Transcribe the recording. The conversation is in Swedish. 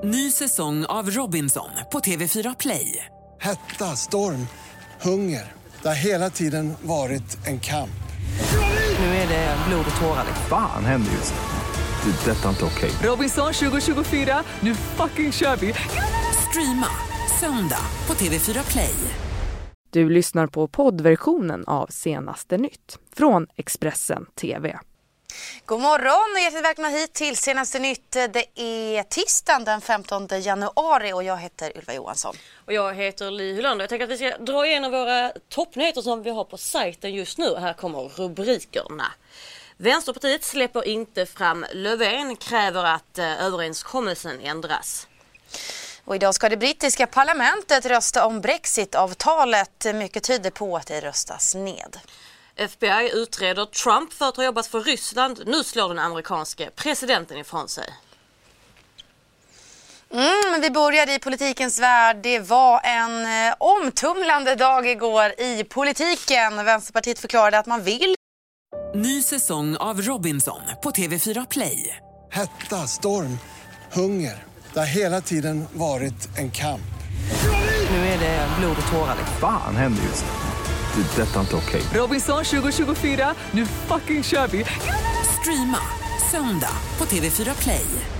Ny säsong av Robinson på TV4 Play. Hetta, storm, hunger. Det har hela tiden varit en kamp. Nu är det blod och tårar. Fan händer just nu. Det. Detta är inte okej. Robinson 2024, nu fucking kör vi. Streama söndag på TV4 Play. Du lyssnar på poddversionen av Senaste nytt från Expressen TV. God morgon och hjärtligt välkomna hit till Senaste nytt. Det är tisdagen den 15 januari och jag heter Ylva Johansson. Och jag heter Li Hylander. Jag tänker att vi ska dra igenom våra toppnyheter som vi har på sajten just nu. Här kommer rubrikerna. Vänsterpartiet släpper inte fram Löfven, kräver att överenskommelsen ändras. Och idag ska det brittiska parlamentet rösta om Brexit-avtalet. Mycket tyder på att det röstas ned. FBI utreder Trump för att ha jobbat för Ryssland. Nu slår den amerikanske presidenten ifrån sig. Vi börjar i politikens värld. Det var en omtumlande dag igår i politiken. Vänsterpartiet förklarade att man vill. Ny säsong av Robinson på TV4 Play. Hetta, storm, hunger. Det har hela tiden varit en kamp. Nu är det blod och tårar. Fan händer just nu. Detta är inte okej. Robinson 2024, nu fucking kör vi. Streama söndag på TV4 Play.